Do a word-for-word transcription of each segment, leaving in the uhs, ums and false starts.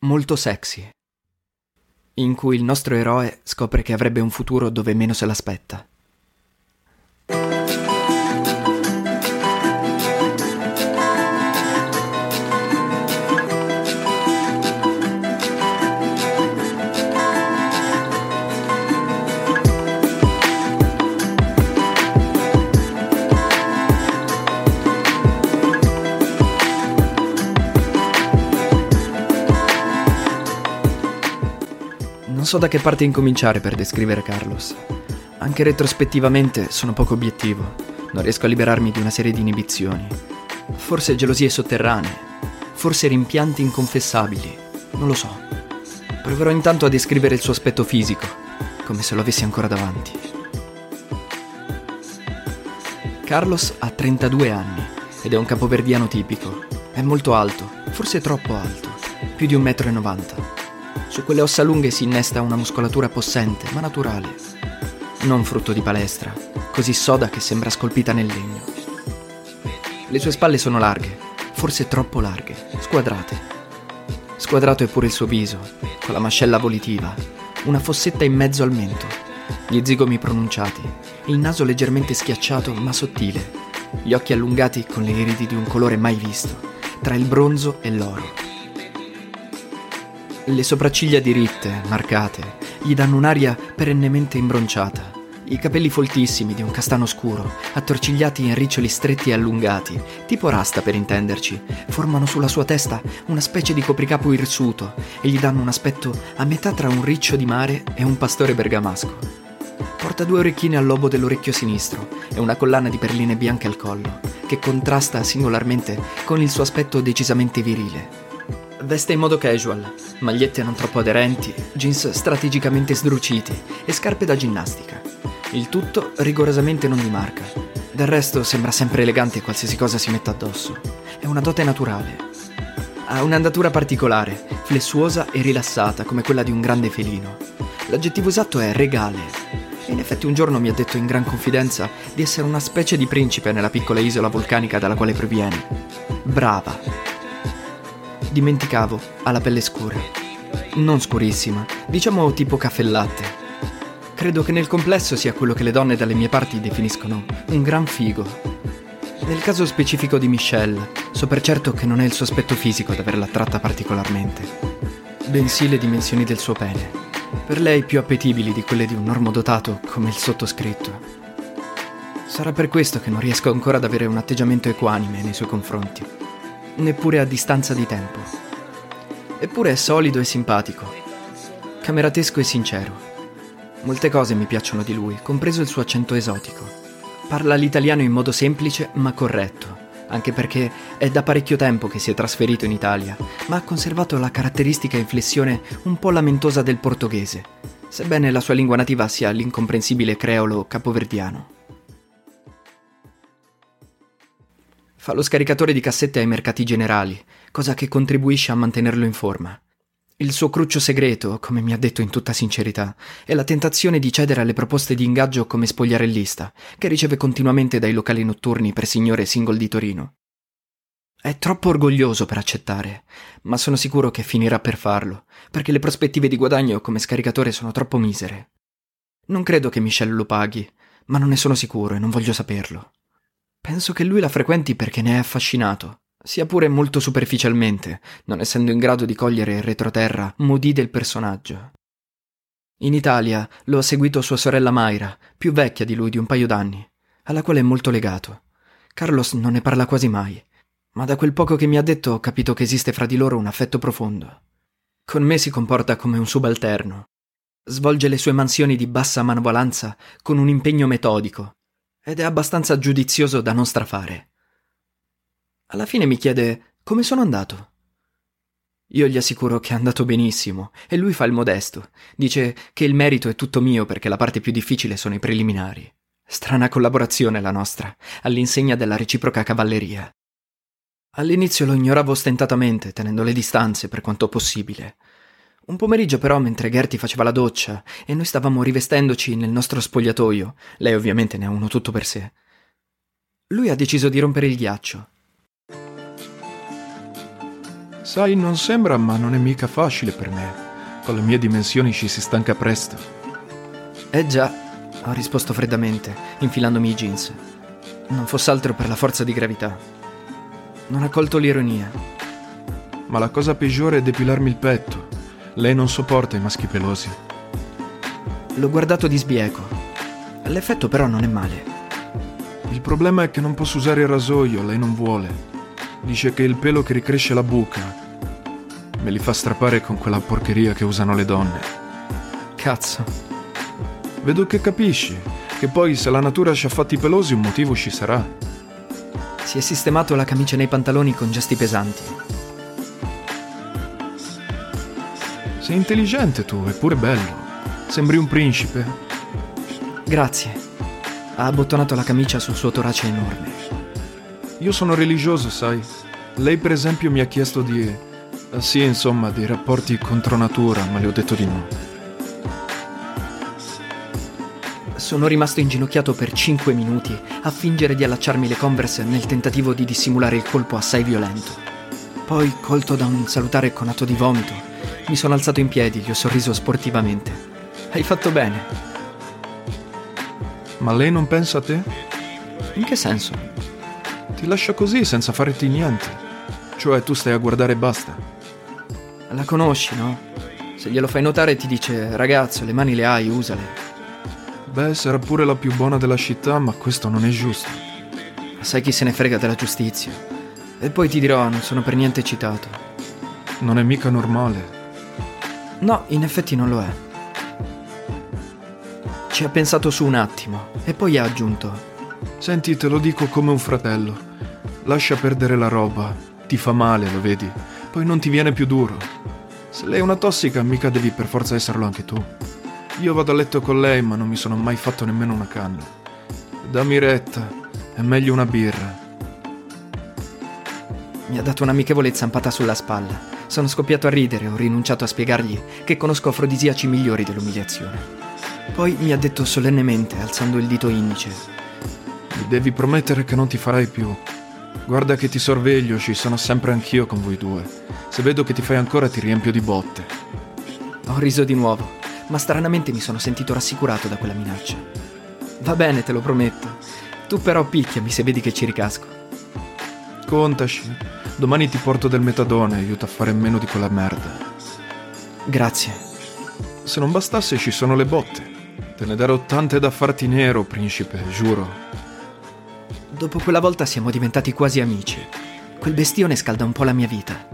molto sexy, in cui il nostro eroe scopre che avrebbe un futuro dove meno se l'aspetta. Non so da che parte incominciare per descrivere Carlos. Anche retrospettivamente sono poco obiettivo. Non riesco a liberarmi di una serie di inibizioni. Forse gelosie sotterranee. Forse rimpianti inconfessabili. Non lo so. Proverò intanto a descrivere il suo aspetto fisico, come se lo avessi ancora davanti. Carlos ha trentadue anni ed è un capoverdiano tipico. È molto alto, forse troppo alto, più di un metro e novanta. Su quelle ossa lunghe si innesta una muscolatura possente, ma naturale. Non frutto di palestra, così soda che sembra scolpita nel legno. Le sue spalle sono larghe, forse troppo larghe, squadrate. Squadrato è pure il suo viso, con la mascella volitiva, una fossetta in mezzo al mento, gli zigomi pronunciati, il naso leggermente schiacciato ma sottile, gli occhi allungati con le iridi di un colore mai visto, tra il bronzo e l'oro. Le sopracciglia diritte, marcate, gli danno un'aria perennemente imbronciata. I capelli foltissimi di un castano scuro, attorcigliati in riccioli stretti e allungati, tipo rasta per intenderci, formano sulla sua testa una specie di copricapo irsuto e gli danno un aspetto a metà tra un riccio di mare e un pastore bergamasco. Porta due orecchine al lobo dell'orecchio sinistro e una collana di perline bianche al collo, che contrasta singolarmente con il suo aspetto decisamente virile. Veste in modo casual, magliette non troppo aderenti, jeans strategicamente sdruciti e scarpe da ginnastica. Il tutto rigorosamente non di marca. Del resto sembra sempre elegante qualsiasi cosa si metta addosso. È una dote naturale. Ha un'andatura particolare, flessuosa e rilassata come quella di un grande felino. L'aggettivo esatto è regale. E in effetti un giorno mi ha detto in gran confidenza di essere una specie di principe nella piccola isola vulcanica dalla quale proviene. Brava. Dimenticavo, ha la pelle scura. Non scurissima, diciamo tipo caffè latte. Credo che nel complesso sia quello che le donne dalle mie parti definiscono un gran figo. Nel caso specifico di Michelle, so per certo che non è il suo aspetto fisico ad averla attratta particolarmente, bensì le dimensioni del suo pene, per lei più appetibili di quelle di un normodotato come il sottoscritto. Sarà per questo che non riesco ancora ad avere un atteggiamento equanime nei suoi confronti. Neppure a distanza di tempo. Eppure è solido e simpatico, cameratesco e sincero. Molte cose mi piacciono di lui, compreso il suo accento esotico. Parla l'italiano in modo semplice ma corretto, anche perché è da parecchio tempo che si è trasferito in Italia, ma ha conservato la caratteristica inflessione un po' lamentosa del portoghese, sebbene la sua lingua nativa sia l'incomprensibile creolo capoverdiano. Fa lo scaricatore di cassette ai mercati generali, cosa che contribuisce a mantenerlo in forma. Il suo cruccio segreto, come mi ha detto in tutta sincerità, è la tentazione di cedere alle proposte di ingaggio come spogliarellista, che riceve continuamente dai locali notturni per signore single di Torino. È troppo orgoglioso per accettare, ma sono sicuro che finirà per farlo, perché le prospettive di guadagno come scaricatore sono troppo misere. Non credo che Michelle lo paghi, ma non ne sono sicuro e non voglio saperlo. Penso che lui la frequenti perché ne è affascinato, sia pure molto superficialmente, non essendo in grado di cogliere il retroterra modì del personaggio. In Italia lo ha seguito sua sorella Mayra, più vecchia di lui di un paio d'anni, alla quale è molto legato. Carlos non ne parla quasi mai, ma da quel poco che mi ha detto ho capito che esiste fra di loro un affetto profondo. Con me si comporta come un subalterno. Svolge le sue mansioni di bassa manovalanza con un impegno metodico, ed è abbastanza giudizioso da non strafare. Alla fine mi chiede come sono andato. Io gli assicuro che è andato benissimo e lui fa il modesto. Dice che il merito è tutto mio perché la parte più difficile sono i preliminari. Strana collaborazione la nostra, all'insegna della reciproca cavalleria. All'inizio lo ignoravo ostentatamente, tenendo le distanze per quanto possibile. Un pomeriggio però, mentre Gertie faceva la doccia e noi stavamo rivestendoci nel nostro spogliatoio, lei ovviamente ne ha uno tutto per sé, lui ha deciso di rompere il ghiaccio. Sai, non sembra, ma non è mica facile per me. Con le mie dimensioni ci si stanca presto. Eh già, ho risposto freddamente, infilandomi i jeans. Non fosse altro per la forza di gravità. Non ha colto l'ironia. Ma la cosa peggiore è depilarmi il petto. Lei non sopporta i maschi pelosi. L'ho guardato di sbieco. L'effetto però non è male. Il problema è che non posso usare il rasoio, lei non vuole. Dice che è il pelo che ricresce la buca. Me li fa strappare con quella porcheria che usano le donne. Cazzo. Vedo che capisci, che poi se la natura ci ha fatti pelosi un motivo ci sarà. Si è sistemato la camicia nei pantaloni con gesti pesanti. Sei intelligente tu, eppure bello. Sembri un principe. Grazie. Ha abbottonato la camicia sul suo torace enorme. Io sono religioso, sai. Lei per esempio mi ha chiesto di... Eh, sì, insomma, dei rapporti contro natura, ma le ho detto di no. Sono rimasto inginocchiato per cinque minuti a fingere di allacciarmi le Converse nel tentativo di dissimulare il colpo assai violento. Poi, colto da un salutare conato di vomito, mi sono alzato in piedi e gli ho sorriso sportivamente. Hai fatto bene. Ma lei non pensa a te? In che senso? Ti lascia così senza farti niente. Cioè tu stai a guardare e basta. La conosci, no? Se glielo fai notare ti dice: ragazzo, le mani le hai, usale. Beh, sarà pure la più buona della città, ma questo non è giusto. Sai chi se ne frega della giustizia. E poi ti dirò, non sono per niente eccitato. Non è mica normale. No, in effetti non lo è. Ci ha pensato su un attimo e poi ha aggiunto: senti, te lo dico come un fratello. Lascia perdere la roba. Ti fa male, lo vedi? Poi non ti viene più duro. Se lei è una tossica, mica devi per forza esserlo anche tu. Io vado a letto con lei, ma non mi sono mai fatto nemmeno una canna. Dammi retta, è meglio una birra. Mi ha dato un'amichevole zampata sulla spalla. Sono scoppiato a ridere e ho rinunciato a spiegargli che conosco afrodisiaci migliori dell'umiliazione. Poi mi ha detto solennemente, alzando il dito indice: mi devi promettere che non ti farai più. Guarda che ti sorveglio, ci sono sempre anch'io con voi due. Se vedo che ti fai ancora ti riempio di botte. Ho riso di nuovo, ma stranamente mi sono sentito rassicurato da quella minaccia. Va bene, te lo prometto. Tu però picchiami se vedi che ci ricasco. Contaci. Domani ti porto del metadone, aiuta a fare meno di quella merda. Grazie. Se non bastasse ci sono le botte. Te ne darò tante da farti nero, principe, giuro. Dopo quella volta siamo diventati quasi amici. Quel bestione scalda un po' la mia vita.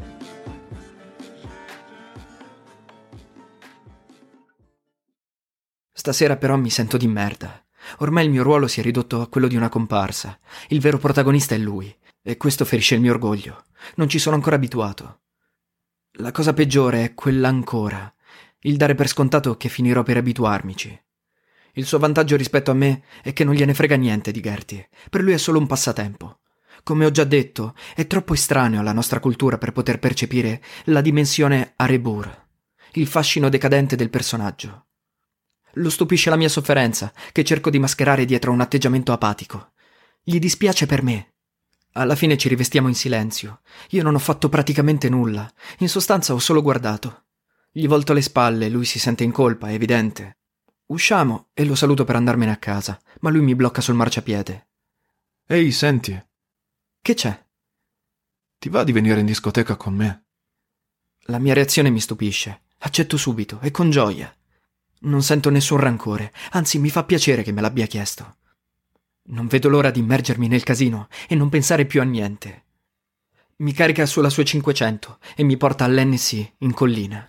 Stasera però mi sento di merda. Ormai il mio ruolo si è ridotto a quello di una comparsa. Il vero protagonista è lui, e questo ferisce il mio orgoglio. Non ci sono ancora abituato. La cosa peggiore è quella ancora, il dare per scontato che finirò per abituarmici. Il suo vantaggio rispetto a me è che non gliene frega niente di Gertie. Per lui è solo un passatempo. Come ho già detto, è troppo estraneo alla nostra cultura per poter percepire la dimensione Arebur, il fascino decadente del personaggio. Lo stupisce la mia sofferenza, che cerco di mascherare dietro un atteggiamento apatico. Gli dispiace per me. Alla fine ci rivestiamo in silenzio. Io non ho fatto praticamente nulla. In sostanza ho solo guardato. Gli volto le spalle, lui si sente in colpa, è evidente. Usciamo e lo saluto per andarmene a casa, ma lui mi blocca sul marciapiede. Ehi, senti. Che c'è? Ti va di venire in discoteca con me? La mia reazione mi stupisce. Accetto subito e con gioia. Non sento nessun rancore, anzi mi fa piacere che me l'abbia chiesto. Non vedo l'ora di immergermi nel casino e non pensare più a niente. Mi carica sulla sua cinquecento e mi porta all'N C in collina.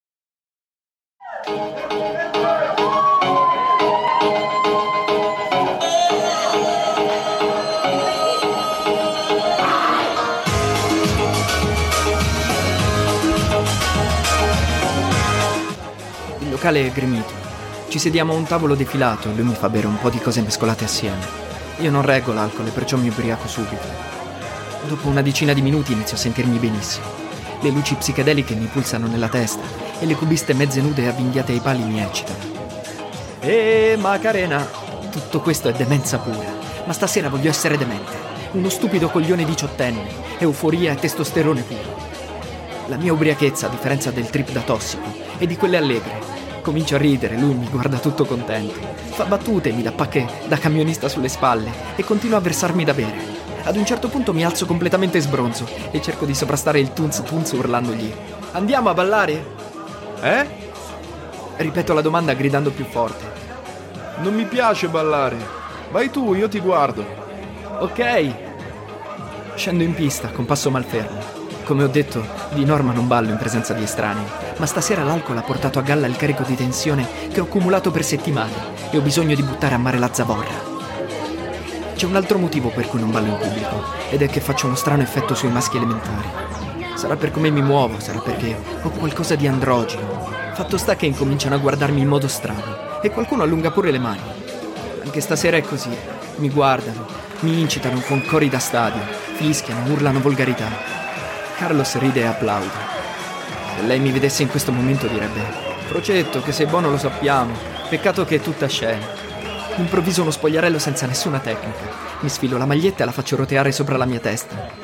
Il locale è gremito. Ci sediamo a un tavolo defilato e lui mi fa bere un po' di cose mescolate assieme. Io non reggo l'alcol e perciò mi ubriaco subito. Dopo una decina di minuti inizio a sentirmi benissimo. Le luci psichedeliche mi pulsano nella testa e le cubiste mezze nude avvinghiate ai pali mi eccitano. Eeeh, Macarena! Tutto questo è demenza pura, ma stasera voglio essere demente. Uno stupido coglione diciottenne, euforia e testosterone puro. La mia ubriachezza, a differenza del trip da tossico, è di quelle allegre. Comincio a ridere, lui mi guarda tutto contento. Fa battute, mi dà pacche da camionista sulle spalle e continua a versarmi da bere. Ad un certo punto mi alzo completamente sbronzo e cerco di sovrastare il tunz tunz urlandogli: andiamo a ballare? Eh? Ripeto la domanda gridando più forte. Non mi piace ballare. Vai tu, io ti guardo. Ok. Scendo in pista con passo malfermo. Come ho detto, di norma non ballo in presenza di estranei, ma stasera l'alcol ha portato a galla il carico di tensione che ho accumulato per settimane e ho bisogno di buttare a mare la zavorra. C'è un altro motivo per cui non ballo in pubblico, ed è che faccio uno strano effetto sui maschi elementari. Sarà per come mi muovo, sarà perché ho qualcosa di androgeno. Fatto sta che incominciano a guardarmi in modo strano e qualcuno allunga pure le mani. Anche stasera è così. Mi guardano, mi incitano con cori da stadio, fischiano, urlano volgarità. Carlos ride e applaude. Se lei mi vedesse in questo momento direbbe: Procetto, che sei buono lo sappiamo, peccato che è tutta scena. Improvviso uno spogliarello senza nessuna tecnica. Mi sfilo la maglietta e la faccio roteare sopra la mia testa.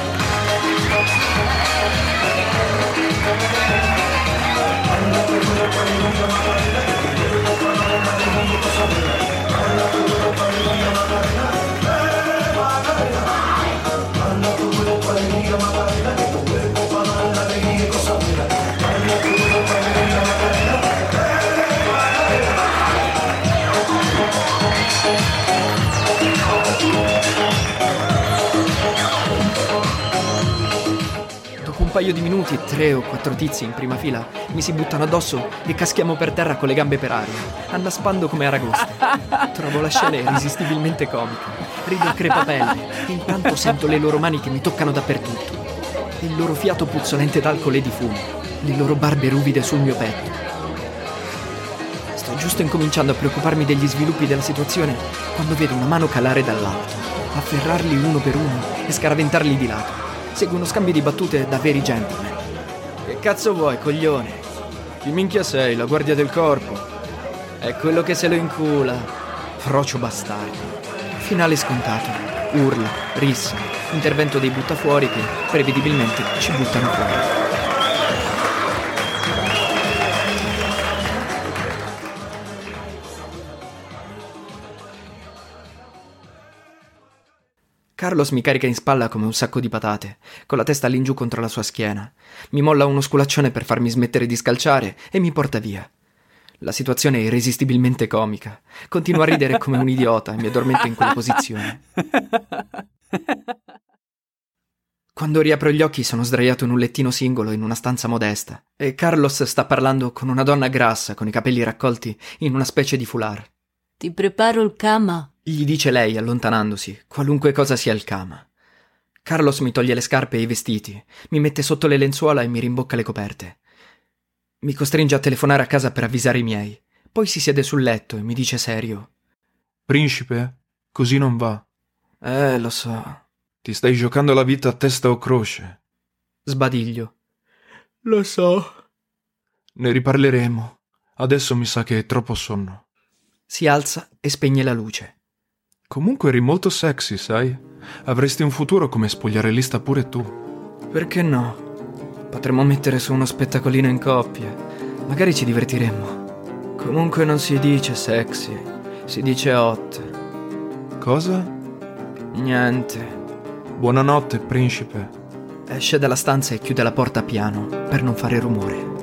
Dopo un paio di minuti, tre o quattro tizi in prima fila mi si buttano addosso e caschiamo per terra con le gambe per aria, annaspando come aragoste. Trovo la scena irresistibilmente comica. Rido a crepapelle e intanto sento le loro mani che mi toccano dappertutto. Il loro fiato puzzolente d'alcol e di fumo, le loro barbe ruvide sul mio petto. Sto giusto incominciando a preoccuparmi degli sviluppi della situazione quando vedo una mano calare dall'alto, afferrarli uno per uno e scaraventarli di lato. Segue uno scambio di battute da veri gentleman. Che cazzo vuoi, coglione? Chi minchia sei, la guardia del corpo? È quello che se lo incula. Frocio bastardo. Finale scontato. Urla, rissa, intervento dei buttafuori che, prevedibilmente, ci buttano fuori. Carlos mi carica in spalla come un sacco di patate, con la testa all'ingiù contro la sua schiena. Mi molla uno sculaccione per farmi smettere di scalciare e mi porta via. La situazione è irresistibilmente comica. Continuo a ridere come un idiota e mi addormento in quella posizione. Quando riapro gli occhi sono sdraiato in un lettino singolo in una stanza modesta e Carlos sta parlando con una donna grassa con i capelli raccolti in una specie di foulard. Ti preparo il cama. Gli dice lei allontanandosi, qualunque cosa sia il cama. Carlos mi toglie le scarpe e i vestiti, mi mette sotto le lenzuola e mi rimbocca le coperte. Mi costringe a telefonare a casa per avvisare i miei. Poi si siede sul letto e mi dice serio: Principe, così non va. Eh, lo so. Ti stai giocando la vita a testa o croce. Sbadiglio. Lo so. Ne riparleremo. Adesso mi sa che è troppo sonno. Si alza e spegne la luce. Comunque eri molto sexy, sai? Avresti un futuro come spogliarellista pure tu. Perché no? Potremmo mettere su uno spettacolino in coppia. Magari ci divertiremmo. Comunque non si dice sexy, si dice hot. Cosa? Niente. Buonanotte, principe. Esce dalla stanza e chiude la porta piano per non fare rumore.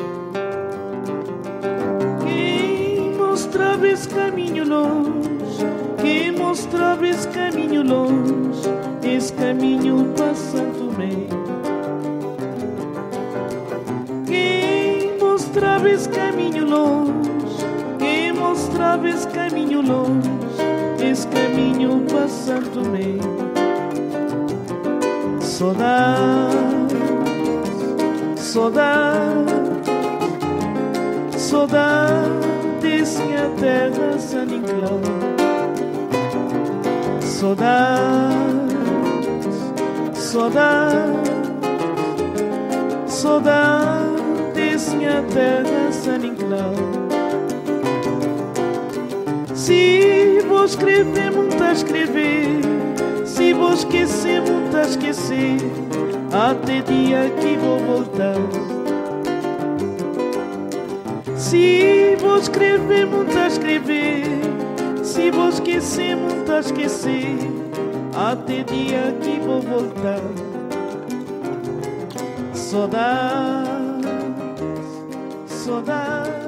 Que mostrabas caminho longe, que mostrabas caminho longe, esse caminho passando me. Que mostrabas caminho longe, que mostrabas caminho longe, esse caminho passando me. Saudade, saudade, saudades minha terra San Inclau. Saudades, saudades, saudades minha terra San Inclau. Se vou escrever, muito a escrever. Se vou esquecer, muito a esquecer. até dia que vou voltar. Se vou escrever, muito a escrever, se vou esquecer, muito a esquecer, até dia que vou voltar. Saudades, saudades.